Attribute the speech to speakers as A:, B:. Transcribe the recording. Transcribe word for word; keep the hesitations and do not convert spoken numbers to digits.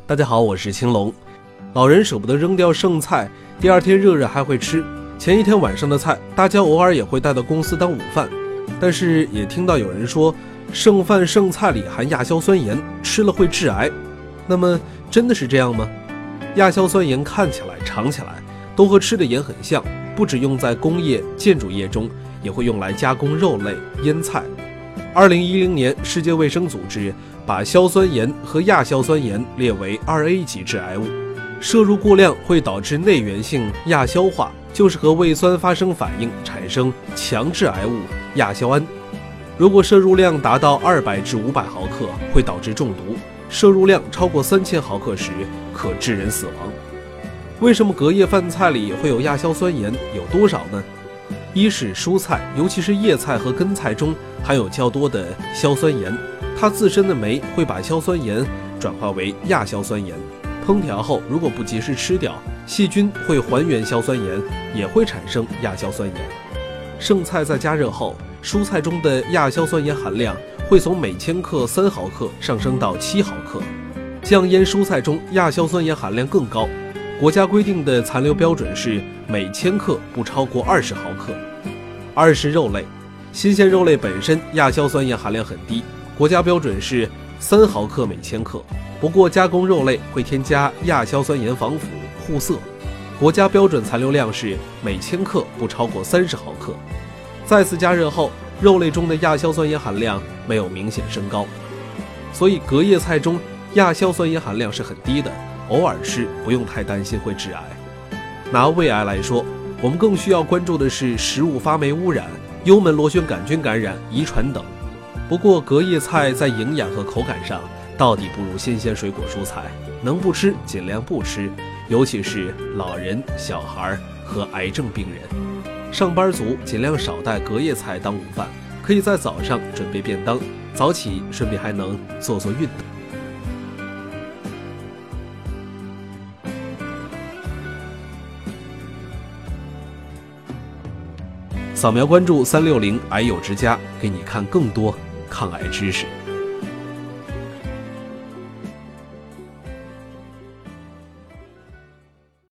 A: 大家好，我是青龙。老人舍不得扔掉剩菜，第二天热热还会吃。前一天晚上的菜，大家偶尔也会带到公司当午饭。但是也听到有人说，剩饭剩菜里含亚硝酸盐，吃了会致癌。那么真的是这样吗？亚硝酸盐看起来、尝起来都和吃的盐很像，不只用在工业、建筑业中，也会用来加工肉类、腌菜。二零一零年，世界卫生组织把硝酸盐和亚硝酸盐列为二 A 级致癌物，摄入过量会导致内源性亚硝化，就是和胃酸发生反应产生强致癌物亚硝胺。如果摄入量达到二百至五百毫克，会导致中毒；摄入量超过三千毫克时，可致人死亡。为什么隔夜饭菜里会有亚硝酸盐？有多少呢？一是蔬菜，尤其是叶菜和根菜中含有较多的硝酸盐，它自身的酶会把硝酸盐转化为亚硝酸盐。烹调后如果不及时吃掉，细菌会还原硝酸盐，也会产生亚硝酸盐。剩菜在加热后，蔬菜中的亚硝酸盐含量会从每千克三毫克上升到七毫克。酱腌蔬菜中亚硝酸盐含量更高，国家规定的残留标准是每千克不超过二十毫克。二是肉类，新鲜肉类本身亚硝酸盐含量很低，国家标准是三毫克每千克。不过加工肉类会添加亚硝酸盐防腐护色，国家标准残留量是每千克不超过三十毫克。再次加热后，肉类中的亚硝酸盐含量没有明显升高，所以隔夜菜中亚硝酸盐含量是很低的，偶尔吃不用太担心会致癌。拿胃癌来说，我们更需要关注的是食物发霉污染、幽门螺旋杆菌感染、遗传等。不过隔夜菜在营养和口感上到底不如新鲜水果蔬菜，能不吃尽量不吃，尤其是老人、小孩和癌症病人。上班族尽量少带隔夜菜当午饭，可以在早上准备便当，早起顺便还能做做运动。扫描关注三六零癌友之家，给你看更多抗癌知识。